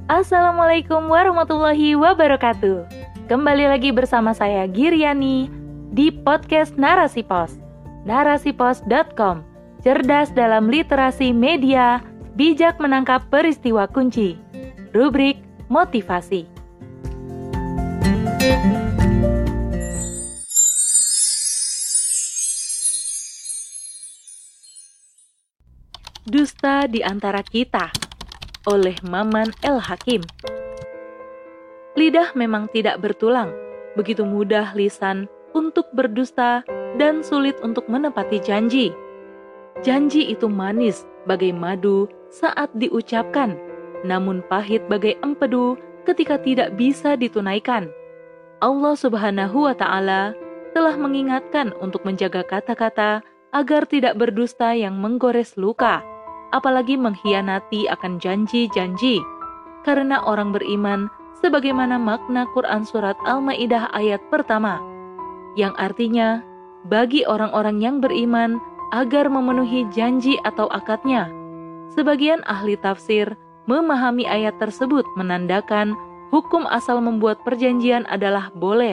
Assalamualaikum warahmatullahi wabarakatuh. Kembali lagi bersama saya Giriani di podcast Narasi Pos. Narasipos.com. Cerdas dalam literasi media, bijak menangkap peristiwa kunci. Rubrik motivasi. Dusta di antara kita oleh Maman El Hakim. Lidah memang tidak bertulang, begitu mudah lisan untuk berdusta dan sulit untuk menepati janji. Janji itu manis bagai madu saat diucapkan, namun pahit bagai empedu ketika tidak bisa ditunaikan. Allah Subhanahu wa Ta'ala telah mengingatkan untuk menjaga kata-kata agar tidak berdusta yang menggores luka, apalagi mengkhianati akan janji-janji. Karena orang beriman sebagaimana makna Quran Surat Al-Ma'idah ayat pertama, yang artinya bagi orang-orang yang beriman agar memenuhi janji atau akadnya. Sebagian ahli tafsir memahami ayat tersebut menandakan hukum asal membuat perjanjian adalah boleh.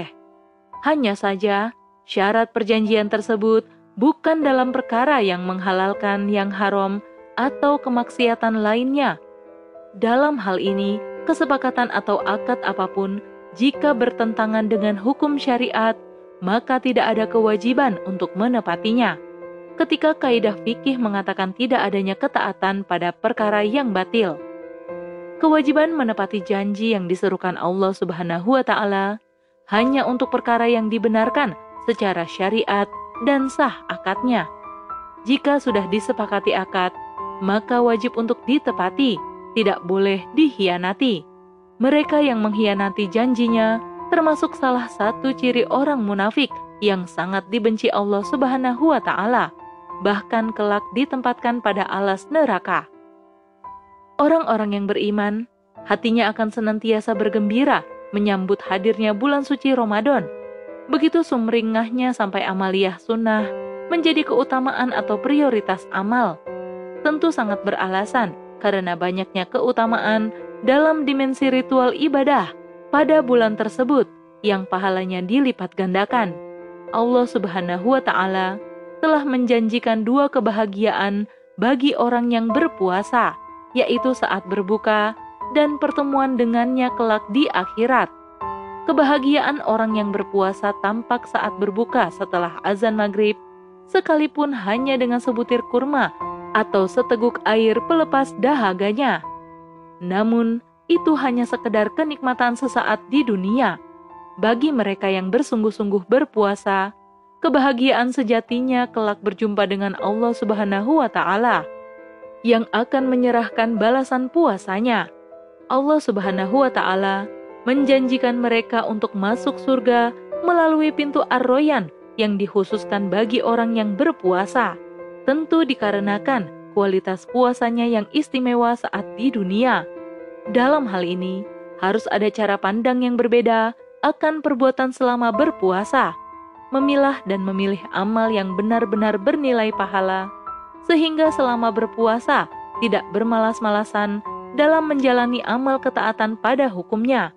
Hanya saja syarat perjanjian tersebut bukan dalam perkara yang menghalalkan yang haram atau kemaksiatan lainnya. Dalam hal ini, kesepakatan atau akad apapun jika bertentangan dengan hukum syariat, maka tidak ada kewajiban untuk menepatinya. Ketika kaidah fikih mengatakan tidak adanya ketaatan pada perkara yang batil. Kewajiban menepati janji yang diserukan Allah Subhanahu wa Ta'ala hanya untuk perkara yang dibenarkan secara syariat dan sah akadnya. Jika sudah disepakati akad, maka wajib untuk ditepati, tidak boleh dikhianati. Mereka yang mengkhianati janjinya termasuk salah satu ciri orang munafik yang sangat dibenci Allah Subhanahu wa Ta'ala, bahkan kelak ditempatkan pada alas neraka. Orang-orang yang beriman, hatinya akan senantiasa bergembira menyambut hadirnya bulan suci Ramadan. Begitu sumringahnya sampai amaliyah sunnah menjadi keutamaan atau prioritas amal. Tentu sangat beralasan karena banyaknya keutamaan dalam dimensi ritual ibadah pada bulan tersebut yang pahalanya dilipat gandakan. Allah Subhanahu wa Ta'ala telah menjanjikan dua kebahagiaan bagi orang yang berpuasa, yaitu saat berbuka dan pertemuan dengannya kelak di akhirat. Kebahagiaan orang yang berpuasa tampak saat berbuka setelah azan maghrib, sekalipun hanya dengan sebutir kurma atau seteguk air pelepas dahaganya. Namun, itu hanya sekedar kenikmatan sesaat di dunia. Bagi mereka yang bersungguh-sungguh berpuasa, kebahagiaan sejatinya kelak berjumpa dengan Allah Subhanahu wa Ta'ala yang akan menyerahkan balasan puasanya. Allah Subhanahu wa Ta'ala menjanjikan mereka untuk masuk surga melalui pintu Ar-Royan yang dikhususkan bagi orang yang berpuasa. Tentu dikarenakan kualitas puasanya yang istimewa saat di dunia. Dalam hal ini, harus ada cara pandang yang berbeda akan perbuatan selama berpuasa, memilah dan memilih amal yang benar-benar bernilai pahala, sehingga selama berpuasa tidak bermalas-malasan dalam menjalani amal ketaatan pada hukumnya.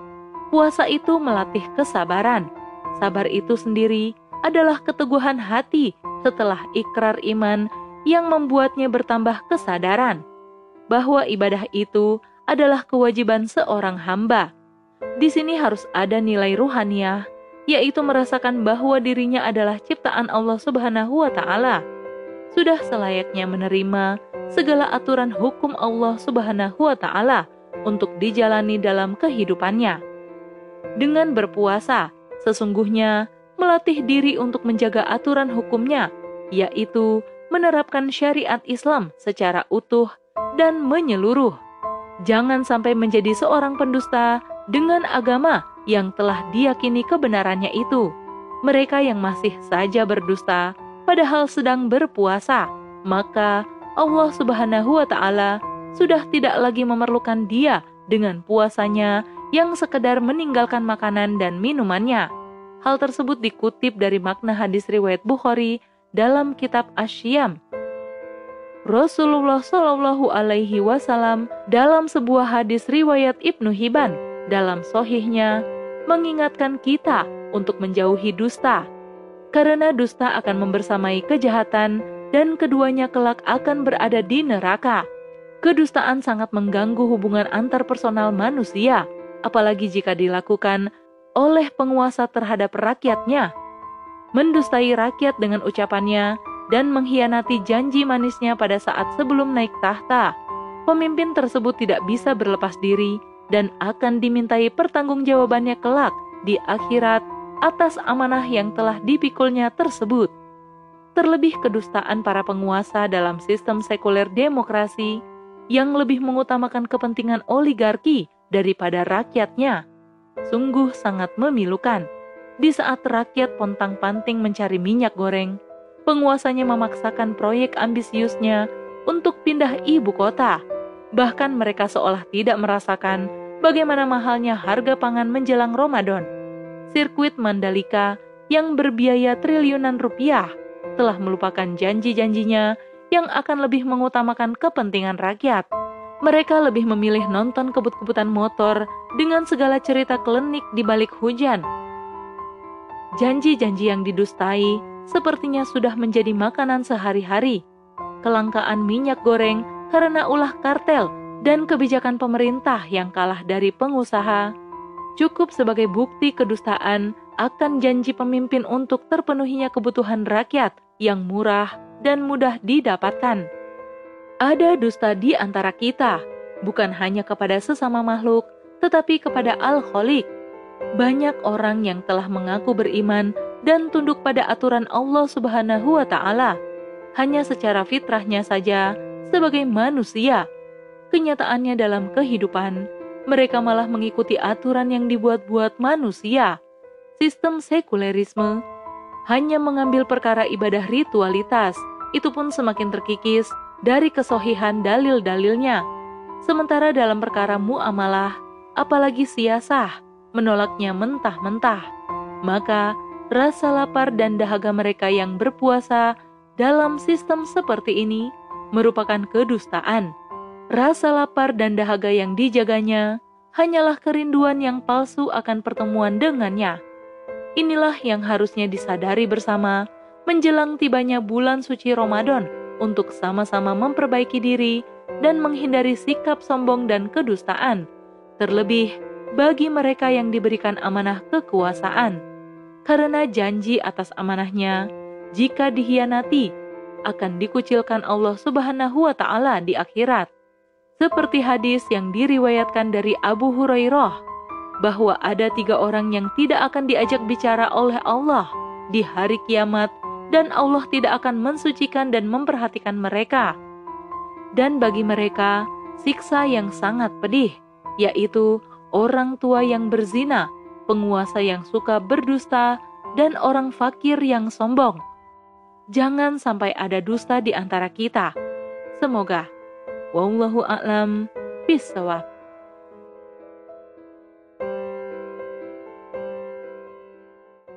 Puasa itu melatih kesabaran. Sabar itu sendiri adalah keteguhan hati setelah ikrar iman yang membuatnya bertambah kesadaran bahwa ibadah itu adalah kewajiban seorang hamba. Di sini harus ada nilai ruhaniyah, yaitu merasakan bahwa dirinya adalah ciptaan Allah Subhanahu wa Ta'ala. Sudah selayaknya menerima segala aturan hukum Allah Subhanahu wa Ta'ala untuk dijalani dalam kehidupannya. Dengan berpuasa, sesungguhnya melatih diri untuk menjaga aturan hukumnya, yaitu menerapkan syariat Islam secara utuh dan menyeluruh. Jangan sampai menjadi seorang pendusta dengan agama yang telah diyakini kebenarannya itu. Mereka yang masih saja berdusta padahal sedang berpuasa, maka Allah Subhanahu wa Ta'ala sudah tidak lagi memerlukan dia dengan puasanya yang sekedar meninggalkan makanan dan minumannya. Hal tersebut dikutip dari makna hadis riwayat Bukhari dalam kitab Asy-Syiyam. Rasulullah Shallallahu Alaihi Wasallam dalam sebuah hadis riwayat Ibnu Hibban dalam Sahihnya mengingatkan kita untuk menjauhi dusta, karena dusta akan membersamai kejahatan dan keduanya kelak akan berada di neraka. Kedustaan sangat mengganggu hubungan antar personal manusia, apalagi jika dilakukan oleh penguasa terhadap rakyatnya. Mendustai rakyat dengan ucapannya dan mengkhianati janji manisnya pada saat sebelum naik tahta, pemimpin tersebut tidak bisa berlepas diri dan akan dimintai pertanggungjawabannya kelak di akhirat atas amanah yang telah dipikulnya tersebut. Terlebih kedustaan para penguasa dalam sistem sekuler demokrasi yang lebih mengutamakan kepentingan oligarki daripada rakyatnya, sungguh sangat memilukan. Di saat rakyat pontang-panting mencari minyak goreng, penguasanya memaksakan proyek ambisiusnya untuk pindah ibu kota. Bahkan mereka seolah tidak merasakan bagaimana mahalnya harga pangan menjelang Ramadan. Sirkuit Mandalika yang berbiaya triliunan rupiah telah melupakan janji-janjinya yang akan lebih mengutamakan kepentingan rakyat. Mereka lebih memilih nonton kebut-kebutan motor dengan segala cerita klinik di balik hujan. Janji-janji yang didustai sepertinya sudah menjadi makanan sehari-hari. Kelangkaan minyak goreng karena ulah kartel dan kebijakan pemerintah yang kalah dari pengusaha cukup sebagai bukti kedustaan akan janji pemimpin untuk terpenuhinya kebutuhan rakyat yang murah dan mudah didapatkan. Ada dusta di antara kita, bukan hanya kepada sesama makhluk, tetapi kepada Al-Khaliq. Banyak orang yang telah mengaku beriman dan tunduk pada aturan Allah Subhanahu wa Ta'ala, hanya secara fitrahnya saja sebagai manusia. Kenyataannya dalam kehidupan, mereka malah mengikuti aturan yang dibuat-buat manusia. Sistem sekulerisme hanya mengambil perkara ibadah ritualitas, itu pun semakin terkikis dari kesohihan dalil-dalilnya. Sementara dalam perkara muamalah, apalagi siasah, menolaknya mentah-mentah. Maka rasa lapar dan dahaga mereka yang berpuasa dalam sistem seperti ini merupakan kedustaan. Rasa lapar dan dahaga yang dijaganya hanyalah kerinduan yang palsu akan pertemuan dengannya. Inilah yang harusnya disadari bersama menjelang tibanya bulan suci Ramadan untuk sama-sama memperbaiki diri dan menghindari sikap sombong dan kedustaan. Terlebih bagi mereka yang diberikan amanah kekuasaan, karena janji atas amanahnya jika dikhianati akan dikucilkan Allah Subhanahu wa Ta'ala di akhirat. Seperti hadis yang diriwayatkan dari Abu Hurairah bahwa ada 3 orang yang tidak akan diajak bicara oleh Allah di hari kiamat dan Allah tidak akan mensucikan dan memperhatikan mereka. Dan bagi mereka siksa yang sangat pedih, yaitu orang tua yang berzina, penguasa yang suka berdusta, dan orang fakir yang sombong. Jangan sampai ada dusta di antara kita. Semoga. Wallahu a'lam bishawab.